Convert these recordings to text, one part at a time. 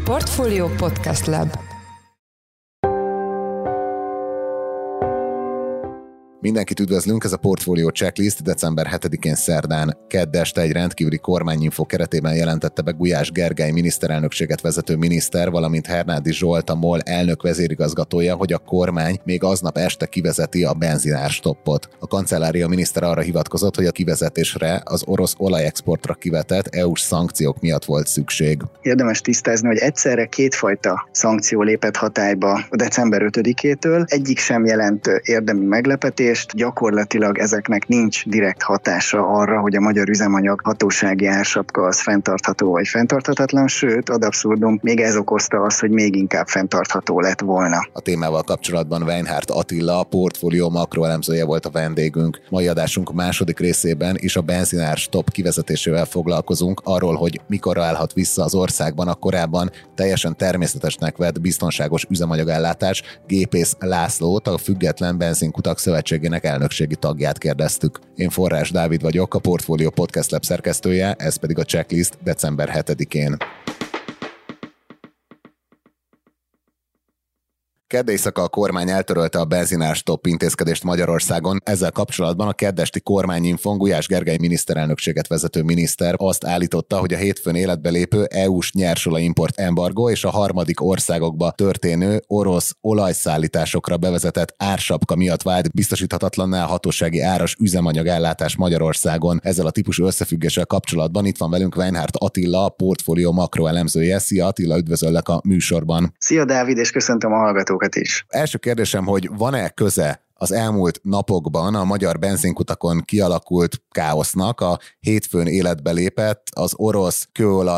Portfolio Podcast Lab. Mindenkit üdvözlünk, ez a Portfolio Checklist december 7-én szerdán. Kedd este egy rendkívüli kormányinfo keretében jelentette be Gulyás Gergely miniszterelnökséget vezető miniszter, valamint Hernádi Zsolt, a MOL elnök vezérigazgatója, hogy a kormány még aznap este kivezeti a benzinárstoppot. A kancellária miniszter arra hivatkozott, hogy a kivezetésre az orosz olajexportra kivetett EU-s szankciók miatt volt szükség. Érdemes tisztázni, hogy egyszerre kétfajta szankció lépett hatályba december 5-től. Egyik sem jelent érdemi meglepetést, gyakorlatilag ezeknek nincs direkt hatása arra, hogy a magyar üzemanyag hatósági ársapka az fenntartható vagy fenntarthatatlan, sőt, ad abszurdum, még ez okozta azt, hogy még inkább fenntartható lett volna. A témával kapcsolatban Weinhardt Attila, a Portfolio makroelemzője volt a vendégünk. Mai adásunk második részében is a benzinárstopp kivezetésével foglalkozunk, arról, hogy mikor állhat vissza az országban a korábban teljesen természetesnek vett biztonságos üzemanyagellátás. Gépész Lászlót, a Független Benzinkutak Szövetségének elnökségi tagját kérdeztük. Én Forrás Dávid vagyok, a Portfolio Podcast Lab szerkesztője, ez pedig a Checklist december 7-én. Kedd éjszaka a kormány eltörölte a benzinárstopp intézkedést Magyarországon. Ezzel kapcsolatban a kedd esti kormányinfon Gulyás Gergely miniszterelnökséget vezető miniszter azt állította, hogy a hétfőn életbe lépő EU-s nyersolaj-import embargó és a harmadik országokba történő orosz olajszállításokra bevezetett ársapka miatt vált biztosíthatatlanná a hatósági áras üzemanyagellátás Magyarországon. Ezzel a típusú összefüggéssel kapcsolatban itt van velünk Weinhardt Attila, a Portfolio makroelemzője. Szia Attila, üdvözöllek a műsorban. Szia Dávid, és köszöntöm a hallgatókat is. Első kérdésem, hogy van-e köze az elmúlt napokban a magyar benzinkutakon kialakult káosznak a hétfőn életbe lépett az orosz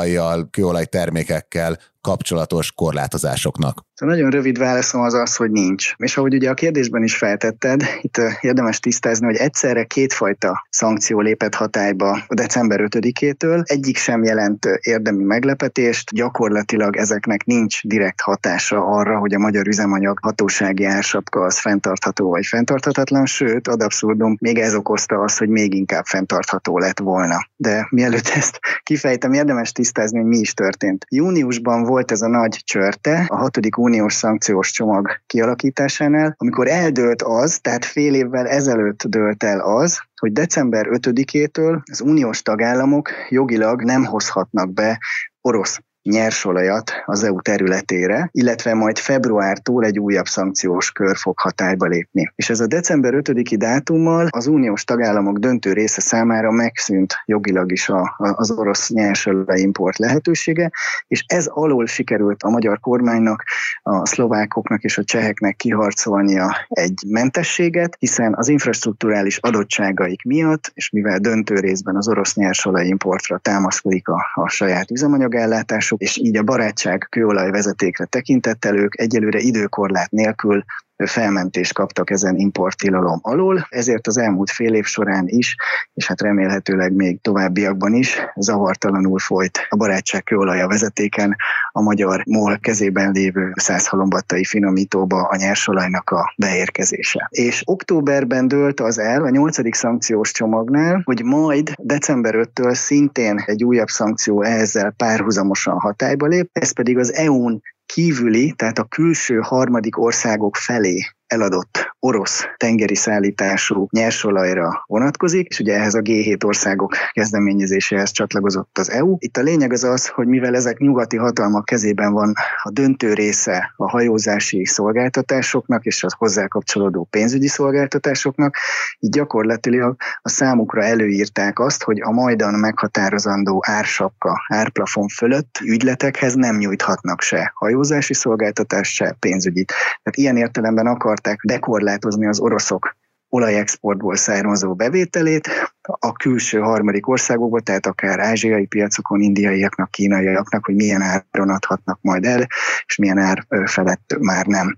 kőolajtermékekkel kapcsolatos korlátozásoknak? Nagyon rövid válaszom az, hogy nincs. És ahogy ugye a kérdésben is feltetted, itt érdemes tisztázni, hogy egyszerre kétfajta szankció lépett hatályba december 5-től. Egyik sem jelent érdemi meglepetést, gyakorlatilag ezeknek nincs direkt hatása arra, hogy a magyar üzemanyag hatósági ársapka az fenntartható vagy fenntarthatatlan, sőt, ad abszurdum, még ez okozta azt, hogy még inkább fenntartható lett volna. De mielőtt ezt kifejtem, érdemes tisztázni, hogy mi is történt. Júniusban volt ez a nagy csörte a 6. uniós szankciós csomag kialakításánál, amikor eldőlt az, tehát fél évvel ezelőtt dőlt el az, hogy december 5-től az uniós tagállamok jogilag nem hozhatnak be orosz nyersolajat az EU területére, illetve majd februártól egy újabb szankciós kör fog hatályba lépni. És ez a december 5-i dátummal az uniós tagállamok döntő része számára megszűnt jogilag is az orosz nyersolaj-import lehetősége, és ez alól sikerült a magyar kormánynak, a szlovákoknak és a cseheknek kiharcolnia egy mentességet, hiszen az infrastrukturális adottságaik miatt, és mivel döntő részben az orosz nyersolaj-importra támaszkodik a saját üzemanyagellátásuk, és így a barátság kőolajvezetékre tekintettel ők egyelőre időkorlát nélkül felmentést kaptak ezen importtilalom alól, ezért az elmúlt fél év során is, és hát remélhetőleg még továbbiakban is zavartalanul folyt a barátság kőolaja vezetéken a magyar MOL kezében lévő százhalombattai finomítóba a nyersolajnak a beérkezése. És októberben dőlt az el a 8. szankciós csomagnál, hogy majd december 5-től szintén egy újabb szankció ezzel párhuzamosan hatályba lép, ez pedig az EU-n kívüli, tehát a külső harmadik országok felé eladott orosz tengeri szállítású nyersolajra vonatkozik, és ugye ehhez a G7 országok kezdeményezéséhez csatlakozott az EU. Itt a lényeg az, hogy mivel ezek nyugati hatalmak kezében van a döntő része a hajózási szolgáltatásoknak és a hozzá kapcsolódó pénzügyi szolgáltatásoknak, így gyakorlatilag a számukra előírták azt, hogy a majdan meghatározandó ársapka, árplafon fölött ügyletekhez nem nyújthatnak se hajózási szolgáltatást, se pénzügyit. Tehát ilyen értelemben akarták dekorlátozni az oroszok olajexportból származó bevételét a külső harmadik országokba, tehát akár ázsiai piacokon, indiaiaknak, kínaiaknak, hogy milyen áron adhatnak majd el, és milyen ár felett már nem.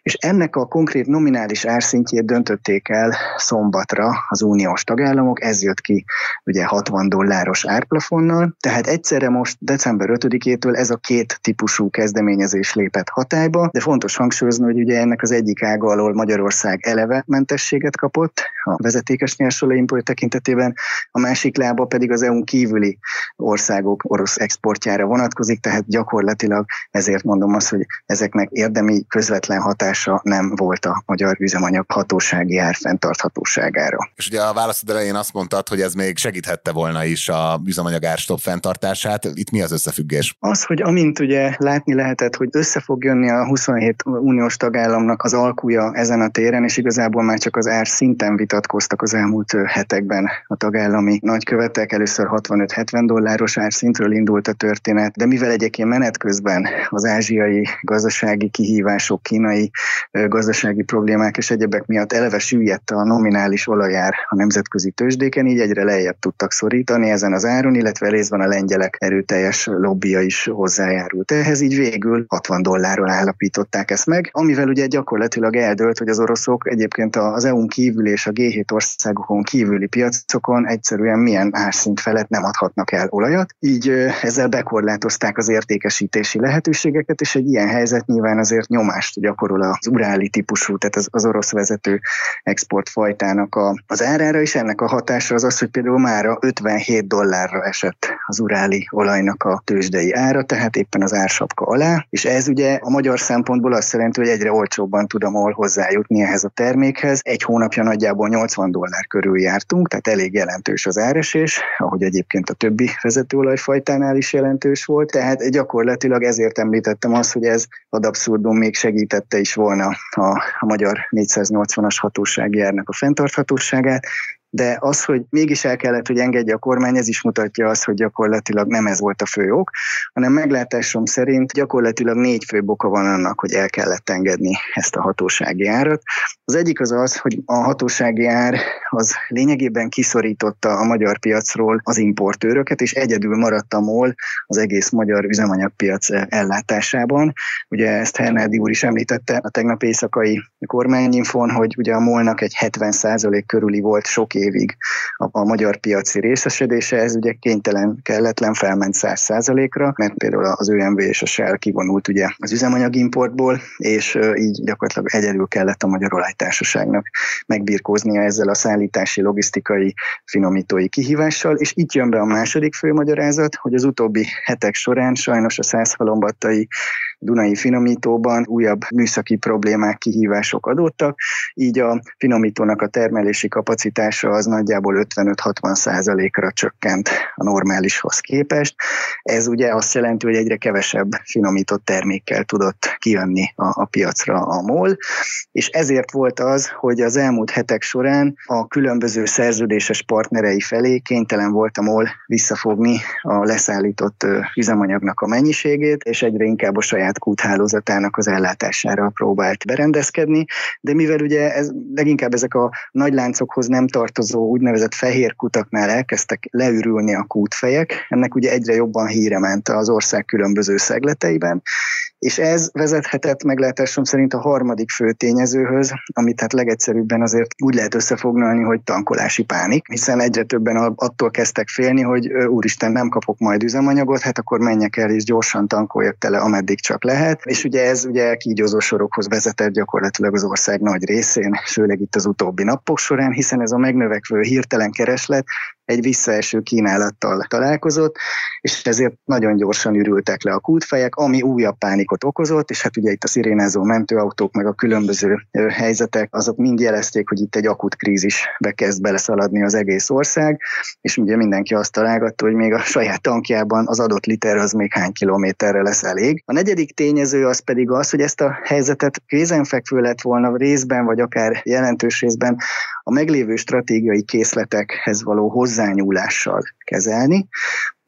És ennek a konkrét nominális árszintjét döntötték el szombatra az uniós tagállamok, ez jött ki ugye $60 árplafonnal, tehát egyszerre most december 5-től ez a két típusú kezdeményezés lépett hatályba, de fontos hangsúlyozni, hogy ugye ennek az egyik ága alól Magyarország eleve mentességet kapott a vezetékes nyersolajaimport tekintetében, a másik lába pedig az EU-n kívüli országok orosz exportjára vonatkozik, tehát gyakorlatilag ezért mondom azt, hogy ezeknek érdemi közvetlen hatása nem volt a magyar üzemanyag hatósági ár fenntarthatóságára. És ugye a válaszod elején azt mondtad, hogy ez még segíthette volna is a üzemanyag árstopp fenntartását. Itt mi az összefüggés? Az, hogy amint ugye látni lehetett, hogy össze fog jönni a 27 uniós tagállamnak az alkuja ezen a téren, és igazából már csak az ár szinten vitatkoztak az elmúlt hetekben a tagállami nagykövetek. Először $65-70 árszintről indult a történet, de mivel egyébként menet közben az ázsiai gazdasági kihívások, kínai gazdasági problémák és egyebek miatt eleve süllyedt a nominális olajár a nemzetközi tőzsdéken, így egyre lejjebb tudtak szorítani ezen az áron, illetve részben a lengyelek erőteljes lobbija is hozzájárult ehhez, így végül $60 állapították ezt meg, amivel ugye gyakorlatilag eldőlt, hogy az oroszok egyébként az EU-n kívül és a G7 országokon kívüli piacokon egyszerűen milyen árszint felett nem adhatnak el olajat, így ezzel bekorlátozták az értékesítési lehetőségeket, és egy ilyen helyzet nyilván azért nyomást gyakorol az uráli típusú, tehát az orosz vezető exportfajtának az árára, és ennek a hatása az, hogy például mára $57 esett az uráli olajnak a tőzsdei ára, tehát éppen az ársapka alá, és ez ugye a magyar szempontból azt jelenti, hogy egyre olcsóbban tud a MOL hozzájutni ehhez a termékhez. Egy hónapja nagyjából $80 körül jártunk, tehát elég jelentős az áresés, ahogy egyébként a többi vezetőolajfajtánál is jelentős volt, tehát gyakorlatilag ezért említettem azt, hogy ez ad abszurdum még segítette is volna a magyar 480-as hatósági árnak a fenntarthatóságát, de az, hogy mégis el kellett, hogy engedje a kormány, ez is mutatja azt, hogy gyakorlatilag nem ez volt a fő ok, hanem meglátásom szerint gyakorlatilag 4 fő oka van annak, hogy el kellett engedni ezt a hatósági árat. Az egyik az, hogy a hatósági ár az lényegében kiszorította a magyar piacról az importőröket, és egyedül maradt a MOL az egész magyar üzemanyagpiac ellátásában. Ugye ezt Hernádi úr is említette a tegnap éjszakai kormányinfon, hogy ugye a MOL-nak egy 70% körüli volt sok évig a magyar piaci részesedése, ez ugye kelletlen felment 100%-ra, mert például az ÖMV és a Shell kivonult ugye az üzemanyagimportból, és így gyakorlatilag egyedül kellett a Magyar Olajtársaságnak megbirkóznia ezzel a szállítási, logisztikai, finomítói kihívással, és itt jön be a második fő magyarázat, hogy az utóbbi hetek során sajnos a Szászhalombattai Dunai finomítóban újabb műszaki problémák, kihívások adódtak, így a finomítónak a termelési kapacitása az nagyjából 55-60%-ra csökkent a normálishoz képest. Ez ugye azt jelenti, hogy egyre kevesebb finomított termékkel tudott kijönni a piacra a MOL, és ezért volt az, hogy az elmúlt hetek során a különböző szerződéses partnerei felé kénytelen volt a MOL visszafogni a leszállított üzemanyagnak a mennyiségét, és egyre inkább a saját kúthálózatának az ellátására próbált berendezkedni, de mivel ugye leginkább ezek a nagy láncokhoz nem tartozó úgynevezett fehér kutaknál elkezdtek leürülni a kútfejek, ennek ugye egyre jobban híre ment az ország különböző szegleteiben, és ez vezethetett meglátásom szerint a harmadik fő tényezőhöz, amit hát legegyszerűbben azért úgy lehet összefoglalni, hogy tankolási pánik, hiszen egyre többen attól kezdtek félni, hogy úristen, nem kapok majd üzemanyagot, hát akkor menjek el és gyorsan tankoljak tele, ameddig csak lehet, és ugye ez ugye kígyózó sorokhoz vezetett gyakorlatilag az ország nagy részén, főleg itt az utóbbi napok során, hiszen ez a megnövekvő hirtelen kereslet egy visszaeső kínálattal találkozott, és ezért nagyon gyorsan ürültek le a kútfejek, ami újabb pánikot okozott, és hát ugye itt a szirénázó mentőautók, meg a különböző helyzetek, azok mind jelezték, hogy itt egy akut krízisbe kezd beleszaladni az egész ország, és ugye mindenki azt találgatta, hogy még a saját tankjában az adott liter az még hány kilométerre lesz elég. A negyedik tényező az pedig az, hogy ezt a helyzetet kézenfekvő lett volna részben, vagy akár jelentős részben a meglévő stratégiai készletekhez való hozzányúlással kezelni.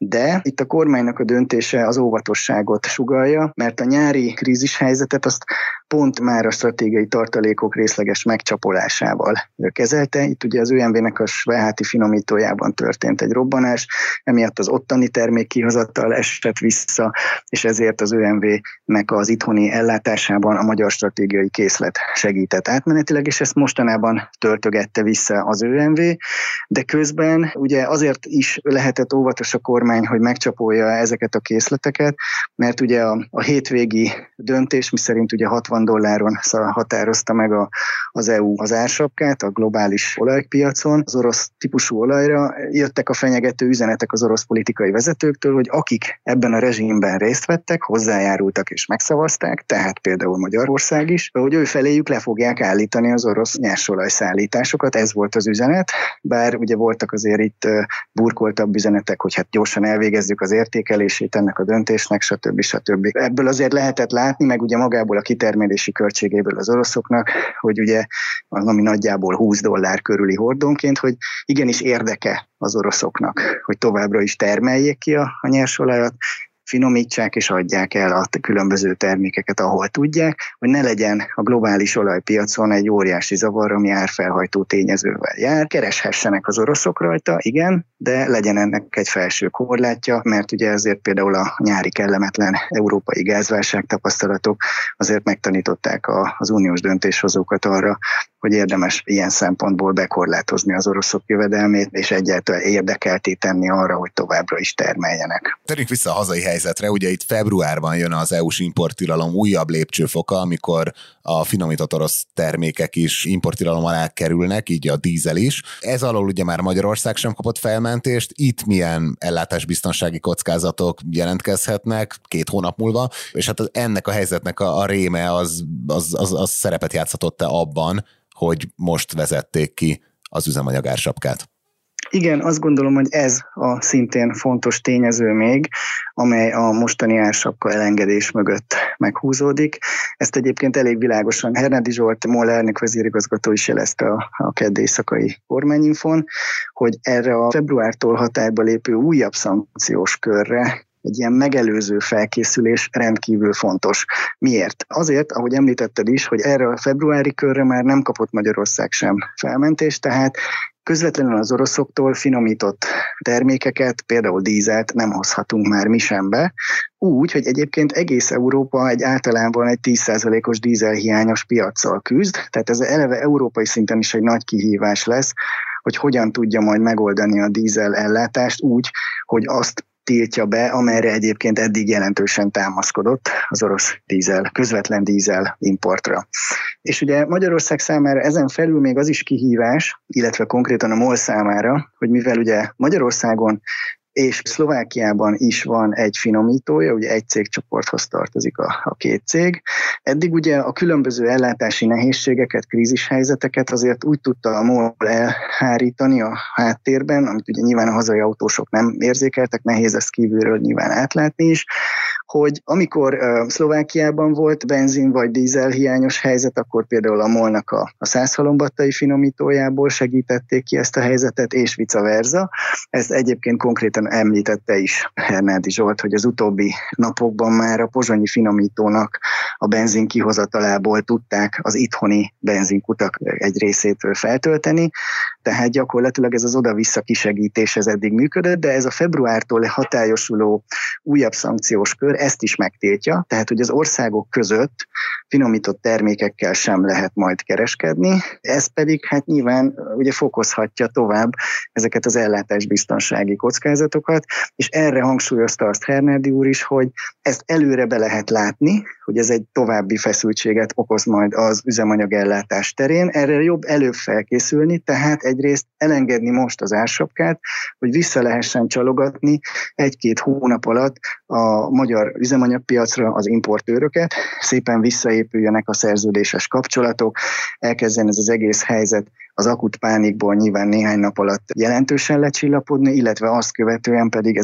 De itt a kormánynak a döntése az óvatosságot sugallja, mert a nyári krízishelyzetet azt pont már a stratégiai tartalékok részleges megcsapolásával kezelte. Itt ugye az ÖMV-nek a svájháti finomítójában történt egy robbanás, emiatt az ottani termékkihozatal esett vissza, és ezért az ÖMV-nek az itthoni ellátásában a magyar stratégiai készlet segített átmenetileg, és ezt mostanában töltögette vissza az ÖMV, de közben ugye azért is lehetett óvatos a kormány, hogy megcsapolja ezeket a készleteket, mert ugye a hétvégi döntés, miszerint ugye $60 határozta meg az EU az ársapkát a globális olajpiacon, az orosz típusú olajra, jöttek a fenyegető üzenetek az orosz politikai vezetőktől, hogy akik ebben a rezsimben részt vettek, hozzájárultak és megszavazták, tehát például Magyarország is, hogy ő feléjük le fogják állítani az orosz nyersolajszállításokat, ez volt az üzenet, bár ugye voltak azért itt burkoltabb üzenetek, hogy hát gyorsan elvégezzük az értékelését ennek a döntésnek, stb. Ebből azért lehetett látni, meg ugye magából a kitermelési költségéből az oroszoknak, hogy ugye az, ami nagyjából $20 körüli hordónként, hogy igenis érdeke az oroszoknak, hogy továbbra is termeljék ki a nyersolajat, finomítsák és adják el a különböző termékeket, ahol tudják, hogy ne legyen a globális olajpiacon egy óriási zavar, ami árfelhajtó tényezővel jár. Kereshessenek az oroszok rajta, igen, de legyen ennek egy felső korlátja, mert ugye ezért például a nyári kellemetlen európai gázválság tapasztalatok azért megtanították az uniós döntéshozókat arra, hogy érdemes ilyen szempontból bekorlátozni az oroszok jövedelmét, és egyáltalán érdekelté tenni arra, hogy továbbra is termeljenek. Térjünk vissza a hazai helyzetre, ugye itt februárban jön az EU-s importtilalom újabb lépcsőfoka, amikor a finomított orosz termékek is importtilalom alá kerülnek, így a dízel is. Ez alól ugye már Magyarország sem kapott felmentést, itt milyen ellátásbiztonsági kockázatok jelentkezhetnek 2 hónap múlva, és hát ennek a helyzetnek a réme az szerepet játszhatott-e abban, hogy most vezették ki az üzemanyag ársapkát? Igen, azt gondolom, hogy ez a szintén fontos tényező még, amely a mostani ársapka elengedés mögött meghúzódik. Ezt egyébként elég világosan Hernádi Zsolt, MOL elnök vezérigazgató is jelezte a kedd éjszakai kormányinfon, hogy erre a februártól hatályba lépő újabb szankciós körre egy ilyen megelőző felkészülés rendkívül fontos. Miért? Azért, ahogy említetted is, hogy erre a februári körre már nem kapott Magyarország sem felmentést, tehát közvetlenül az oroszoktól finomított termékeket, például dízelt nem hozhatunk már mi sem be, úgy, hogy egyébként egész Európa általában egy 10%-os dízelhiányos piaccal küzd, tehát ez eleve európai szinten is egy nagy kihívás lesz, hogy hogyan tudja majd megoldani a dízel ellátást úgy, hogy azt tiltja be, amelyre egyébként eddig jelentősen támaszkodott az orosz dízel, közvetlen dízel importra. És ugye Magyarország számára ezen felül még az is kihívás, illetve konkrétan a MOL számára, hogy mivel ugye Magyarországon és Szlovákiában is van egy finomítója, ugye egy cégcsoporthoz tartozik a 2 cég. Eddig ugye a különböző ellátási nehézségeket, krízishelyzeteket azért úgy tudta a MOL elhárítani a háttérben, amit ugye nyilván a hazai autósok nem érzékeltek, nehéz ezt kívülről nyilván átlátni is, hogy amikor Szlovákiában volt benzin vagy dízel hiányos helyzet, akkor például a MOL-nak a Szászhalombattai finomítójából segítették ki ezt a helyzetet, és vice versa. Ez egyébként konkrétan említette is Hernádi Zsolt, hogy az utóbbi napokban már a pozsonyi finomítónak a benzin kihozatalából tudták az itthoni benzinkutak egy részét feltölteni, tehát gyakorlatilag ez az oda-vissza kisegítés ez eddig működött, de ez a februártól hatályosuló újabb szankciós kör ezt is megtiltja, tehát hogy az országok között finomított termékekkel sem lehet majd kereskedni, ez pedig hát nyilván ugye fokozhatja tovább ezeket az ellátásbiztonsági kockázatokat, és erre hangsúlyozta azt Hernádi úr is, hogy ezt előre be lehet látni, hogy ez egy további feszültséget okoz majd az üzemanyagellátás terén, erre jobb előbb felkészülni, tehát egyrészt elengedni most az ársapkát, hogy vissza lehessen csalogatni 1-2 hónap alatt a magyar üzemanyagpiacra az importőröket, szépen visszaépüljenek a szerződéses kapcsolatok, elkezdjen ez az egész helyzet az akut pánikból nyilván néhány nap alatt jelentősen lecsillapodni, illetve azt követően pedig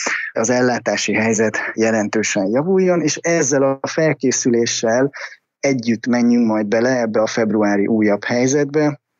az ellátási helyzet jelentősen javuljon, és ezzel a felkészüléssel együtt menjünk majd bele ebbe a februári újabb helyzetbe,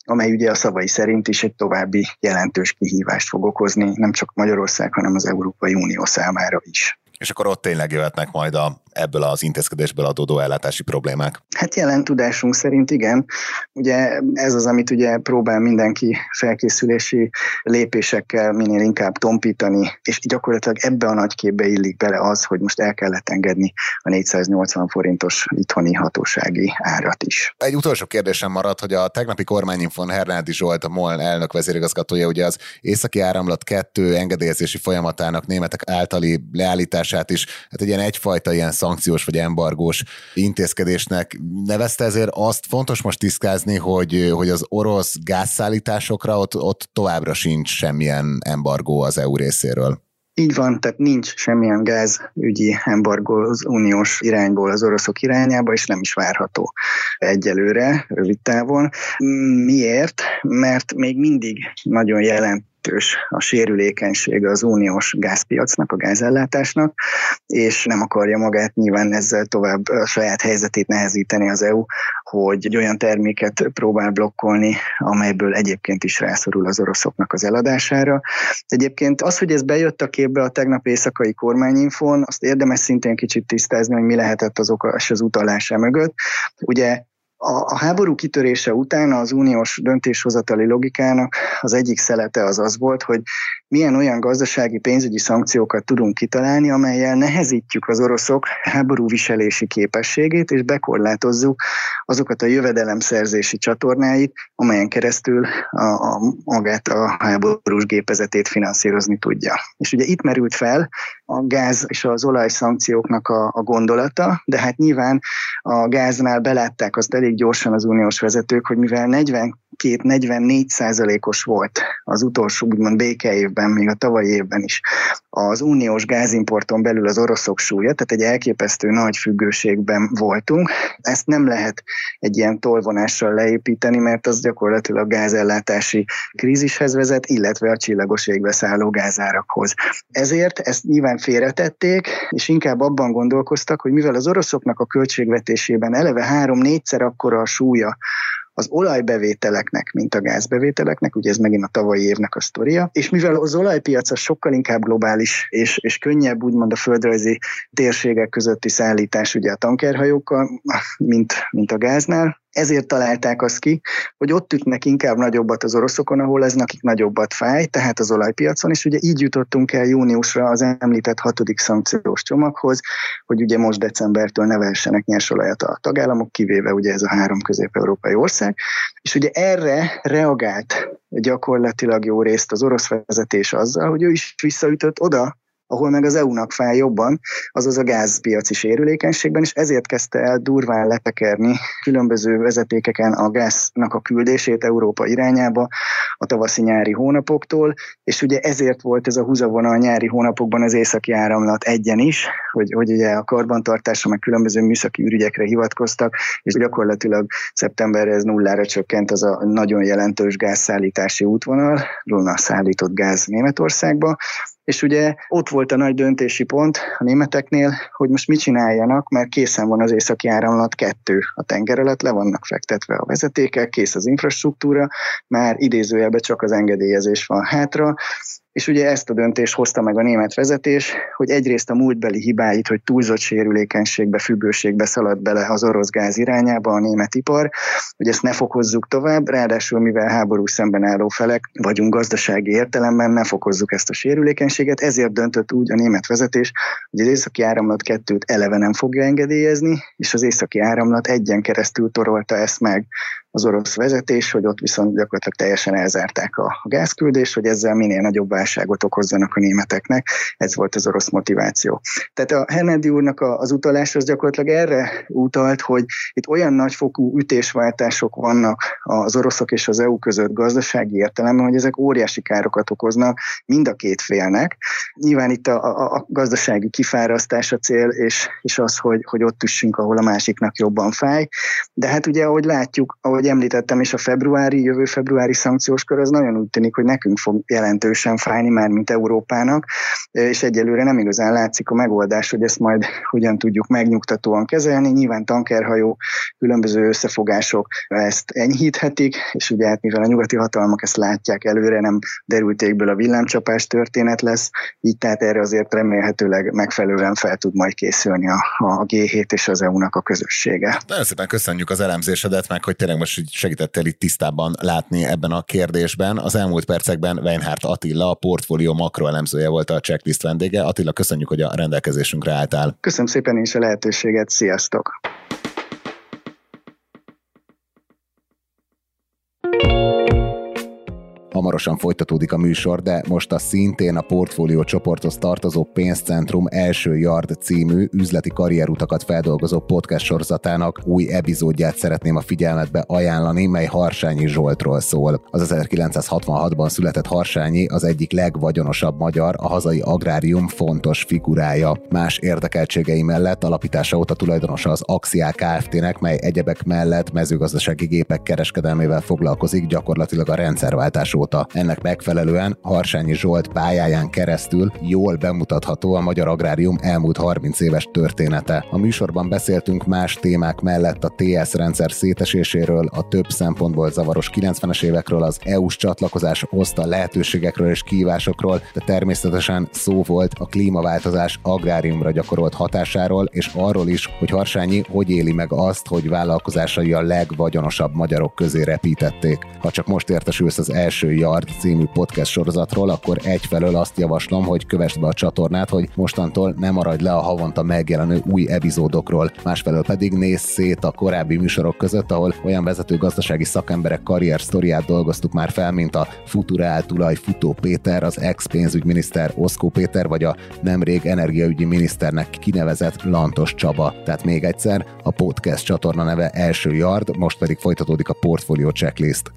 amely ugye a szavai szerint is egy további jelentős kihívást fog okozni, nem csak Magyarország, hanem az Európai Unió számára is. És akkor ott tényleg jöhetnek majd ebből az intézkedésből adódó ellátási problémák? Hát jelen tudásunk szerint igen. Ugye ez az, amit ugye próbál mindenki felkészülési lépésekkel minél inkább tompítani, és gyakorlatilag ebbe a nagy képbe illik bele az, hogy most el kellett engedni a 480 forintos itthoni hatósági árat is. Egy utolsó kérdésem maradt, hogy a tegnapi kormányinfon Hernádi Zsolt, a MOL elnök vezérigazgatója ugye az Északi Áramlat 2 engedélyezési folyamatának németek általi leállítását is, hát egy ilyen egyfajta ilyen szankciós vagy embargós intézkedésnek nevezte, ezért azt fontos most tisztázni, hogy az orosz gázszállításokra ott továbbra sincs semmilyen embargó az EU részéről. Így van, tehát nincs semmilyen gázügyi embargó az uniós irányból az oroszok irányába, és nem is várható egyelőre, rövid távon. Miért? Mert még mindig nagyon jelentős a sérülékenység az uniós gázpiacnak, a gázellátásnak, és nem akarja magát nyilván ezzel tovább a saját helyzetét nehezíteni az EU, hogy egy olyan terméket próbál blokkolni, amelyből egyébként is rászorul az oroszoknak az eladására. Egyébként az, hogy ez bejött a képbe a tegnap éjszakai kormányinfón, azt érdemes szintén kicsit tisztázni, hogy mi lehetett az oka és az utalása mögött. Ugye a háború kitörése után az uniós döntéshozatali logikának az egyik szelete az volt, hogy milyen olyan gazdasági pénzügyi szankciókat tudunk kitalálni, amellyel nehezítjük az oroszok háborúviselési képességét, és bekorlátozzuk azokat a jövedelemszerzési csatornáit, amelyen keresztül magát a háborús gépezetét finanszírozni tudja. És ugye itt merült fel a gáz és az olaj szankcióknak a gondolata, de hát nyilván a gáznál belátták azt elég gyorsan az uniós vezetők, hogy mivel 42-44% volt az utolsó úgymond békeévben, még a tavalyi évben is az uniós gázimporton belül az oroszok súlya, tehát egy elképesztő nagy függőségben voltunk. Ezt nem lehet egy ilyen tolvonással leépíteni, mert az gyakorlatilag gázellátási krízishez vezet, illetve a csillagos égbe szálló gázárakhoz. Ezért ezt nyilván félretették, és inkább abban gondolkoztak, hogy mivel az oroszoknak a költségvetésében eleve 3-4-szer akkora a súlya az olajbevételeknek, mint a gázbevételeknek, ugye ez megint a tavalyi évnek a sztoria, és mivel az olajpiac az sokkal inkább globális, és könnyebb úgymond a földrajzi térségek közötti szállítás ugye a tankerhajókkal, mint a gáznál, ezért találták azt ki, hogy ott ütnek inkább nagyobbat az oroszokon, ahol ez nekik nagyobbat fáj, tehát az olajpiacon, és ugye így jutottunk el júniusra az említett 6. szankciós csomaghoz, hogy ugye most decembertől ne vessenek nyersolajat a tagállamok, kivéve ugye ez a 3 közép-európai ország, és ugye erre reagált gyakorlatilag jó részt az orosz vezetés azzal, hogy ő is visszaütött oda, ahol meg az EU-nak fáj jobban, azaz a gázpiaci sérülékenységben, és ezért kezdte el durván letekerni különböző vezetékeken a gáznak a küldését Európa irányába a tavaszi-nyári hónapoktól, és ugye ezért volt ez a húzavona a nyári hónapokban az Északi Áramlat 1-en is, hogy ugye a karbantartásra, meg különböző műszaki ürügyekre hivatkoztak, és gyakorlatilag szeptemberre ez nullára csökkent az a nagyon jelentős gázszállítási útvonal, róla szállított gáz Németországba, és ugye ott volt a nagy döntési pont a németeknél, hogy most mit csináljanak, mert készen van az Északi Áramlat 2 a tenger alatt, le vannak fektetve a vezetékek, kész az infrastruktúra, már idézőjelben csak az engedélyezés van hátra, és ugye ezt a döntést hozta meg a német vezetés, hogy egyrészt a múltbeli hibáit, hogy túlzott sérülékenységbe, függőségbe szaladt bele az orosz gáz irányába a német ipar, hogy ezt ne fokozzuk tovább, ráadásul mivel háborús szemben álló felek vagyunk gazdasági értelemben, ne fokozzuk ezt a sérülékenységet, ezért döntött úgy a német vezetés, hogy az Északi Áramlat 2-t eleve nem fogja engedélyezni, és az Északi Áramlat 1-en keresztül torolta ezt meg az orosz vezetés, hogy ott viszont gyakorlatilag teljesen elzárták a gázküldést, hogy ezzel minél nagyobb válságot okozzanak a németeknek. Ez volt az orosz motiváció. Tehát a Hernádi úrnak az utalás az gyakorlatilag erre utalt, hogy itt olyan nagyfokú ütésváltások vannak az oroszok és az EU között gazdasági értelemben, hogy ezek óriási károkat okoznak mind a két félnek. Nyilván itt a gazdasági kifárasztás a cél, és az, hogy ott üssünk, ahol a másiknak jobban fáj. De hát ugye, ahogy látjuk, ahogy ahogy említettem is, jövő februári szankciós kör, az nagyon úgy tűnik, hogy nekünk fog jelentősen fájni már, mint Európának, és egyelőre nem igazán látszik a megoldás, hogy ezt majd hogyan tudjuk megnyugtatóan kezelni. Nyilván tankerhajó, különböző összefogások ezt enyhíthetik, és ugye hát mivel a nyugati hatalmak ezt látják előre, nem derültékből a villámcsapás történet lesz, így tehát erre azért remélhetőleg megfelelően fel tud majd készülni a G7 és az EU-nak a közössége. Nagyon szépen köszönjük az elemzésedet, meg hogy tényleg most segítettél itt tisztában látni ebben a kérdésben. Az elmúlt percekben Weinhardt Attila, a portfólió makroelemzője volt a checklist vendége. Attila, köszönjük, hogy a rendelkezésünkre álltál. Köszönöm szépen is a lehetőséget, sziasztok! Hamarosan folytatódik a műsor, de most a szintén a portfólió csoporthoz tartozó Pénzcentrum első Yard című üzleti karrierutakat feldolgozó podcast sorozatának új epizódját szeretném a figyelmetbe ajánlani, mely Harsányi Zsoltról szól. Az 1966-ban született Harsányi az egyik legvagyonosabb magyar, a hazai agrárium fontos figurája. Más érdekeltségei mellett alapítása óta tulajdonosa az Axiál Kft-nek, mely egyebek mellett mezőgazdasági gépek kereskedelmével foglalkozik gyakorlatilag a rendszerváltás óta. Ennek megfelelően Harsányi Zsolt pályáján keresztül jól bemutatható a magyar agrárium elmúlt 30 éves története. A műsorban beszéltünk más témák mellett a TS rendszer széteséséről, a több szempontból zavaros 90-es évekről, az EU-s csatlakozás hozta lehetőségekről és kihívásokról, de természetesen szó volt a klímaváltozás agráriumra gyakorolt hatásáról, és arról is, hogy Harsányi hogy éli meg azt, hogy vállalkozásai a legvagyonosabb magyarok közé repítették. Ha csak most értesülsz az első Yard című podcast sorozatról, akkor egyfelől azt javaslom, hogy kövessd be a csatornát, hogy mostantól ne maradj le a havonta megjelenő új epizódokról. Másfelől pedig nézz szét a korábbi műsorok között, ahol olyan vezető gazdasági szakemberek karrier sztoriát dolgoztuk már fel, mint a Futurál tulaj Futó Péter, az ex-pénzügyminiszter Oszkó Péter, vagy a nemrég energiaügyi miniszternek kinevezett Lantos Csaba. Tehát még egyszer, a podcast csatorna neve első Yard, most pedig folytatódik a portfólió checklist.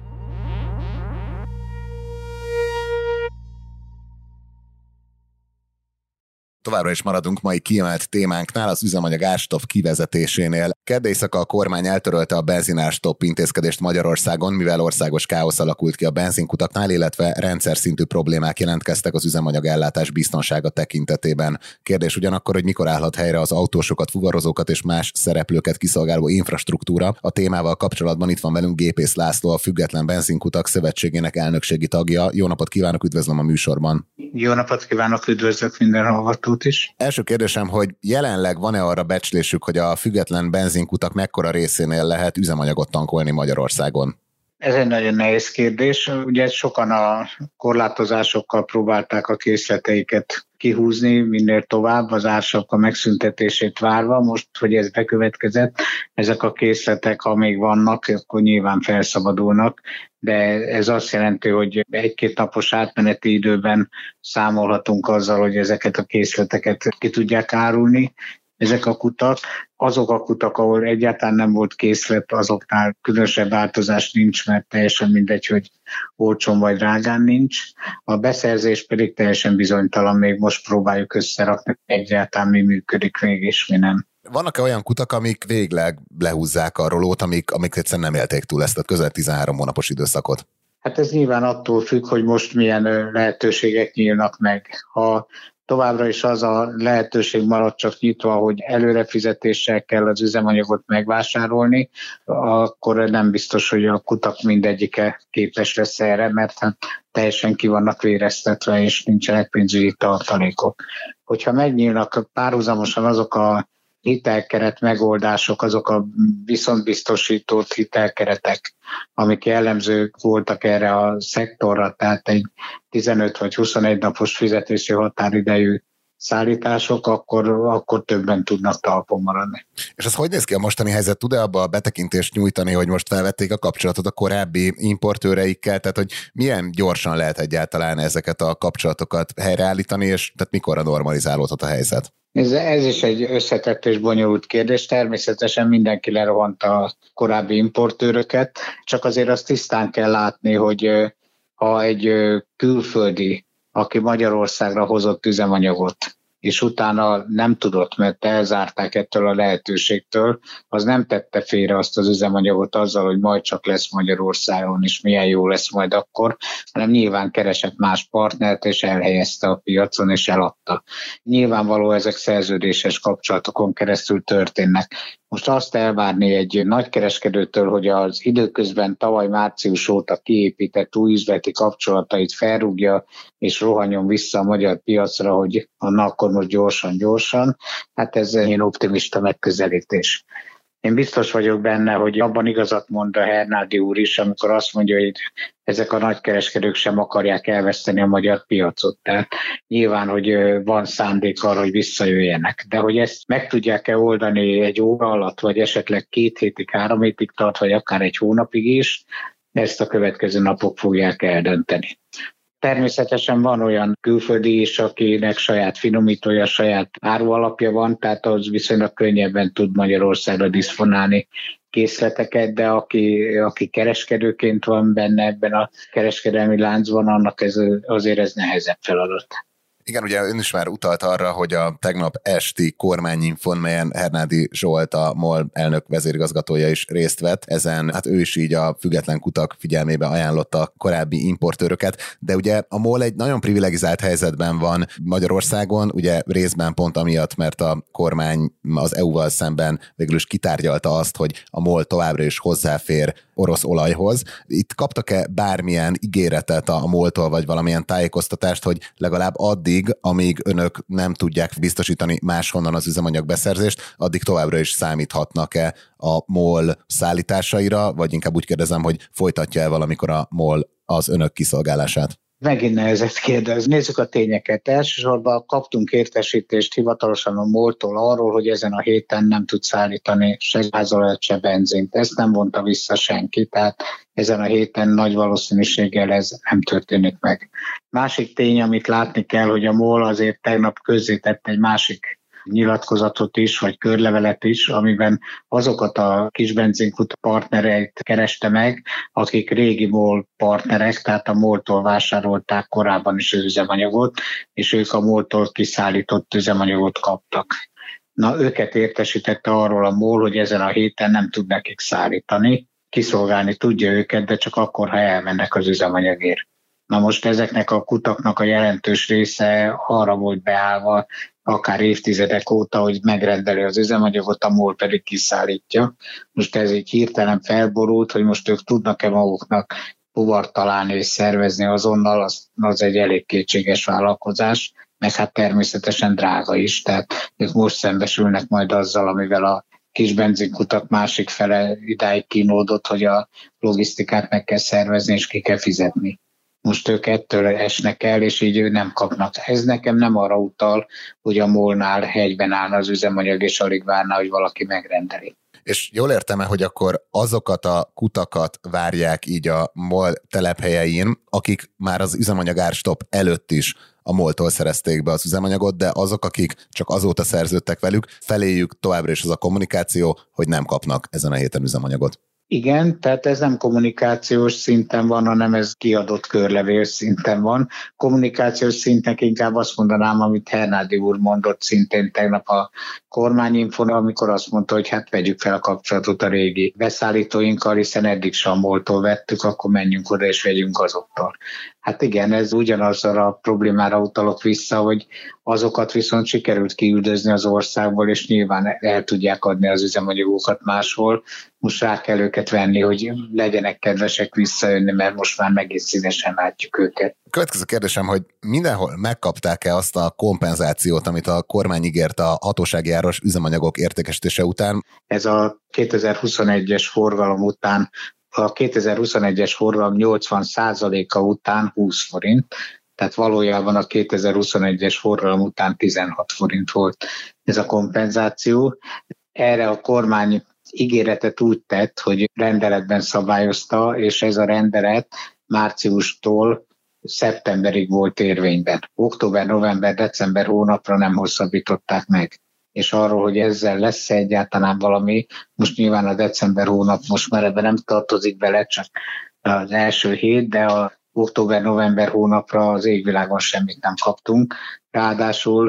Továbbra is maradunk mai kiemelt témánknál, az üzemanyag árstopp kivezetésénél. Kedd éjszaka a kormány eltörölte a benzinárstopp intézkedést Magyarországon, mivel országos káosz alakult ki a benzinkutaknál, illetve rendszer szintű problémák jelentkeztek az üzemanyag ellátás biztonsága tekintetében. Kérdés ugyanakkor, hogy mikor állhat helyre az autósokat, fuvarozókat és más szereplőket kiszolgáló infrastruktúra. A témával kapcsolatban itt van velünk Gépész László, a Független Benzinkutak Szövetségének elnökségi tagja. Jó napot kívánok, üdvözlöm a műsorban. Jó napot kívánok, üdvözlök minden hallgatót is. Első kérdésem, hogy jelenleg van-e arra becslésük, hogy a független benzinkutak mekkora részénél lehet üzemanyagot tankolni Magyarországon? Ez egy nagyon nehéz kérdés. Ugye sokan a korlátozásokkal próbálták a készleteiket kihúzni minél tovább, az ársappal megszüntetését várva. Most, hogy ez bekövetkezett, ezek a készletek, ha még vannak, akkor nyilván felszabadulnak, de ez azt jelenti, hogy egy-két napos átmeneti időben számolhatunk azzal, hogy ezeket a készleteket ki tudják árulni. Ezek a kutak, azok a kutak, ahol egyáltalán nem volt készlet, azoknál különösebb változás nincs, mert teljesen mindegy, hogy olcsón vagy drágán nincs. A beszerzés pedig teljesen bizonytalan, még most próbáljuk összerakni, egyáltalán mi működik még és mi nem. Vannak-e olyan kutak, amik végleg lehúzzák a rolót, amik egyszerűen nem élték túl ezt a közel 13 hónapos időszakot? Hát ez nyilván attól függ, hogy most milyen lehetőségek nyílnak meg. Ha továbbra is az a lehetőség marad csak nyitva, hogy előrefizetéssel kell az üzemanyagot megvásárolni, akkor nem biztos, hogy a kutak mindegyike képes lesz erre, mert hát teljesen ki vannak véreztetve, és nincsenek pénzügyi tartalékok. Hogyha megnyílnak párhuzamosan azok a hitelkeret megoldások, azok a viszontbiztosított hitelkeretek, amik jellemzők voltak erre a szektorra, tehát egy 15 vagy 21 napos fizetési határidejű szállítások, akkor többen tudnak talpon maradni. És ez hogy néz ki a mostani helyzet? Tud-e abba a betekintést nyújtani, hogy most felvették a kapcsolatot a korábbi importőreikkel, tehát hogy milyen gyorsan lehet egyáltalán ezeket a kapcsolatokat helyreállítani, és tehát mikorra normalizálódhat a helyzet? Ez is egy összetett és bonyolult kérdés. Természetesen mindenki lerohant a korábbi importőröket, csak azért azt tisztán kell látni, hogy ha egy külföldi, aki Magyarországra hozott üzemanyagot, és utána nem tudott, mert elzárták ettől a lehetőségtől, az nem tette félre azt az üzemanyagot azzal, hogy majd csak lesz Magyarországon, és milyen jó lesz majd akkor, hanem nyilván keresett más partnert, és elhelyezte a piacon, és eladta. Nyilvánvaló ezek szerződéses kapcsolatokon keresztül történnek. Most azt elvárni egy nagykereskedőtől, hogy az időközben tavaly március óta kiépített új üzleti kapcsolatait felrúgja, és rohanjon vissza a magyar piacra, hogy akkor most gyorsan, hát ez egy optimista megközelítés. Én biztos vagyok benne, hogy abban igazat mond a Hernádi úr is, amikor azt mondja, hogy ezek a nagykereskedők sem akarják elveszteni a magyar piacot. Tehát nyilván, hogy van szándék arra, hogy visszajöjjenek. De hogy ezt meg tudják-e oldani egy óra alatt, vagy esetleg 2 hétig, 3 hétig tart, vagy akár egy hónapig is, ezt a következő napok fogják eldönteni. Természetesen van olyan külföldi is, akinek saját finomítója, saját árualapja van, tehát az viszonylag könnyebben tud Magyarországra diszponálni készleteket, de aki kereskedőként van benne ebben a kereskedelmi láncban, annak azért ez nehezebb feladat. Igen, ugye ön is már utalt arra, hogy a tegnap esti kormányinfon, melyen Hernádi Zsolt, a MOL elnök vezérigazgatója is részt vett. Ezen hát ő is így a független kutak figyelmébe ajánlotta korábbi importőröket, de ugye a MOL egy nagyon privilegizált helyzetben van Magyarországon, ugye részben pont amiatt, mert a kormány az EU-val szemben végül is kitárgyalta azt, hogy a MOL továbbra is hozzáfér orosz olajhoz. Itt kaptak-e bármilyen ígéretet a MOL-tól, vagy valamilyen tájékoztatást, hogy legalább addig, amíg önök nem tudják biztosítani máshonnan az üzemanyag beszerzést, addig továbbra is számíthatnak-e a MOL szállításaira, vagy inkább úgy kérdezem, hogy folytatja-e valamikor a MOL az önök kiszolgálását? Megint nehezett kérdez. Nézzük a tényeket. Elsősorban kaptunk értesítést hivatalosan a MOL-tól arról, hogy ezen a héten nem tud szállítani se gázolajat, se benzint. Ezt nem vonta vissza senki, tehát ezen a héten nagy valószínűséggel ez nem történik meg. Másik tény, amit látni kell, hogy a MOL azért tegnap közzétett egy másik nyilatkozatot is, vagy körlevelet is, amiben azokat a kis benzinkút partnereit kereste meg, akik régi MOL partnerek, tehát a MOL-tól vásárolták korábban is az üzemanyagot, és ők a MOL-tól kiszállított üzemanyagot kaptak. Na, őket értesítette arról a MOL, hogy ezen a héten nem tud nekik szállítani, kiszolgálni tudja őket, de csak akkor, ha elmennek az üzemanyagért. Na most ezeknek a kutaknak a jelentős része arra volt beállva, akár évtizedek óta, hogy megrendeli az üzemanyagot, a MOL pedig kiszállítja. Most ez így hirtelen felborult, hogy most ők tudnak-e maguknak buvart találni és szervezni azonnal, az egy elég kétséges vállalkozás, meg hát természetesen drága is, tehát ők most szembesülnek majd azzal, amivel a kis benzinkutak másik fele idáig kínlódott, hogy a logisztikát meg kell szervezni és ki kell fizetni. Most ők ettől esnek el, és így nem kapnak. Ez nekem nem arra utal, hogy a MOL-nál hegyben állna az üzemanyag, és alig várná, hogy valaki megrendeli. És jól értem-e, hogy akkor azokat a kutakat várják így a MOL telephelyein, akik már az üzemanyagárstop előtt is a MOL-tól szerezték be az üzemanyagot, de azok, akik csak azóta szerződtek velük, feléjük továbbra is az a kommunikáció, hogy nem kapnak ezen a héten üzemanyagot. Igen, tehát ez nem kommunikációs szinten van, hanem ez kiadott körlevél szinten van. Kommunikációs szinten inkább azt mondanám, amit Hernádi úr mondott szintén tegnap a kormányinfon, amikor azt mondta, hogy hát vegyük fel a kapcsolatot a régi beszállítóinkkal, hiszen eddig sem a MOL-tól vettük, akkor menjünk oda és vegyünk azoktól. Hát igen, ez ugyanazzal a problémára utalok vissza, hogy azokat viszont sikerült kiüldözni az országból, és nyilván el tudják adni az üzemanyagokat máshol. Most rá kell őket venni, hogy legyenek kedvesek visszajönni, mert most már egész szívesen látjuk őket. Következő kérdésem, hogy mindenhol megkapták-e azt a kompenzációt, amit a kormány ígért a hatósági áros üzemanyagok értékesítése után? Ez a 2021-es forgalom után, a 2021-es forgalom 80%-a után 20 forint, tehát valójában a 2021-es forgalom után 16 forint volt ez a kompenzáció. Erre a kormány ígéretet úgy tett, hogy rendeletben szabályozta, és ez a rendelet márciustól szeptemberig volt érvényben. Október, november, december hónapra nem hosszabbították meg. És arról, hogy ezzel lesz egyáltalán valami, most nyilván a december hónap most már ebben nem tartozik bele, csak az első hét, de a október-november hónapra az égvilágon semmit nem kaptunk. Ráadásul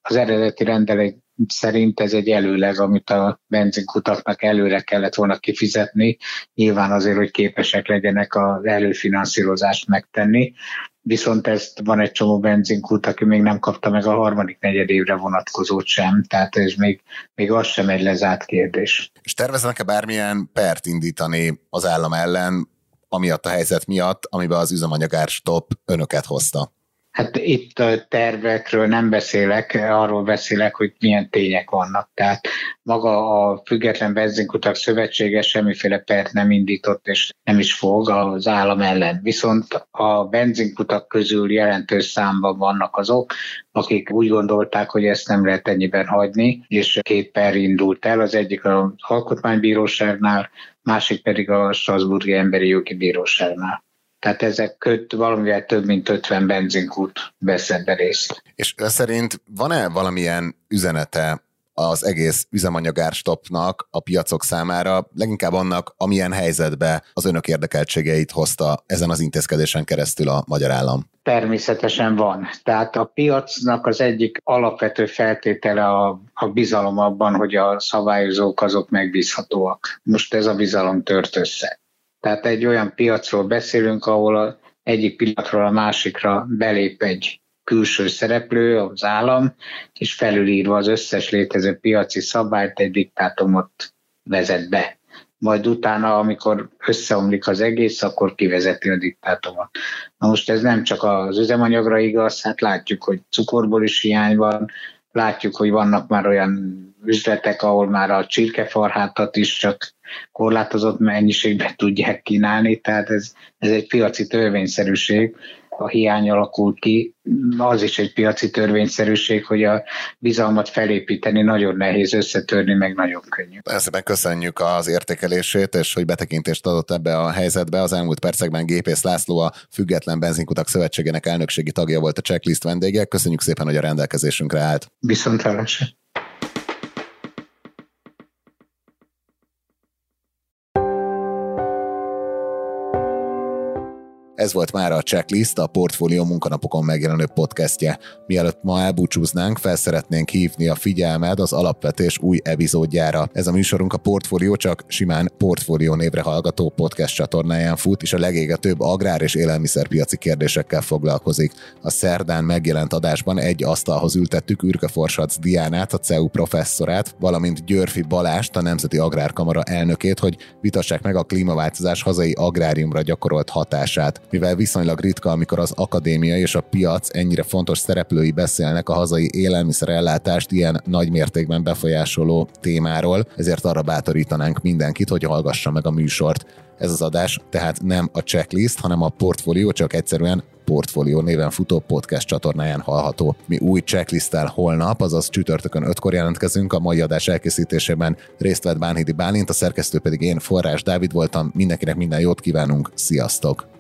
az eredeti rendelet szerint ez egy előleg, amit a benzinkutaknak előre kellett volna kifizetni, nyilván azért, hogy képesek legyenek az előfinanszírozást megtenni. Viszont ezt van egy csomó benzinkút, aki még nem kapta meg a harmadik negyedévre vonatkozót sem, tehát ez még az sem egy lezárt kérdés. És terveznek-e bármilyen pert indítani az állam ellen, amiatt a helyzet miatt, amiben az üzemanyagárstop önöket hozta? Hát itt a tervekről nem beszélek, arról beszélek, hogy milyen tények vannak. Tehát maga a Független Benzinkutak Szövetsége semmiféle pert nem indított, és nem is fog az állam ellen. Viszont a benzinkutak közül jelentős számban vannak azok, akik úgy gondolták, hogy ezt nem lehet ennyiben hagyni, és 2 per indult el, az egyik az Alkotmánybíróságnál, másik pedig a Strasbourgi Emberi Jogi Bíróságnál. Tehát ezek köt valamivel több mint 50 benzinkút vesz ebbe részt. És ön szerint van-e valamilyen üzenete az egész üzemanyagárstopnak a piacok számára, leginkább annak, amilyen helyzetbe az önök érdekeltségeit hozta ezen az intézkedésen keresztül a magyar állam? Természetesen van. Tehát a piacnak az egyik alapvető feltétele a bizalom abban, hogy a szabályozók azok megbízhatóak. Most ez a bizalom tört össze. Tehát egy olyan piacról beszélünk, ahol egyik pillanatról a másikra belép egy külső szereplő, az állam, és felülírva az összes létező piaci szabályt egy diktátumot vezet be. Majd utána, amikor összeomlik az egész, akkor kivezeti a diktátumot. Na most ez nem csak az üzemanyagra igaz, hát látjuk, hogy cukorból is hiány van, látjuk, hogy vannak már olyan üzletek, ahol már a csirkefarhátat is csak korlátozott mennyiségben tudják kínálni, tehát ez egy piaci törvényszerűség, a hiány alakult ki. Az is egy piaci törvényszerűség, hogy a bizalmat felépíteni nagyon nehéz, összetörni meg nagyon könnyű. Szépen köszönjük az értékelését, és hogy betekintést adott ebbe a helyzetbe. Az elmúlt percekben Gépész László, a Független Benzinkutak Szövetségének elnökségi tagja volt a Checklist vendége. Köszönjük szépen, hogy a rendelkezésünkre állt. Viszontlátásra. Ez volt már a Checklist, a Portfólió munkanapokon megjelenő podcastje. Mielőtt ma elbúcsúznánk, fel szeretnénk hívni a figyelmed az Alapvetés új epizódjára. Ez a műsorunk a Portfólió csak simán Portfólió névre hallgató podcast csatornáján fut, és a legégetőbb agrár- és élelmiszerpiaci kérdésekkel foglalkozik. A szerdán megjelent adásban egy asztalhoz ültettük Ürke Forsac Diánát, a CEU professzorát, valamint Györfi Balást, a Nemzeti Agrárkamara elnökét, hogy vitassák meg a klímaváltozás hazai agráriumra gyakorolt hatását. Mivel viszonylag ritka, amikor az akadémia és a piac ennyire fontos szereplői beszélnek a hazai élelmiszerellátást ilyen nagy mértékben befolyásoló témáról, ezért arra bátorítanánk mindenkit, hogy hallgassa meg a műsort. Ez az adás tehát nem a Checklist, hanem a Portfólió, csak egyszerűen Portfólió néven futó podcast csatornáján hallható. Mi új checklisttel holnap, azaz csütörtökön 5-kor jelentkezünk, a mai adás elkészítésében részt vett Bánhidi Bálint, a szerkesztő pedig én, Forrás Dávid voltam. Mindenkinek minden jót kívánunk, sziasztok!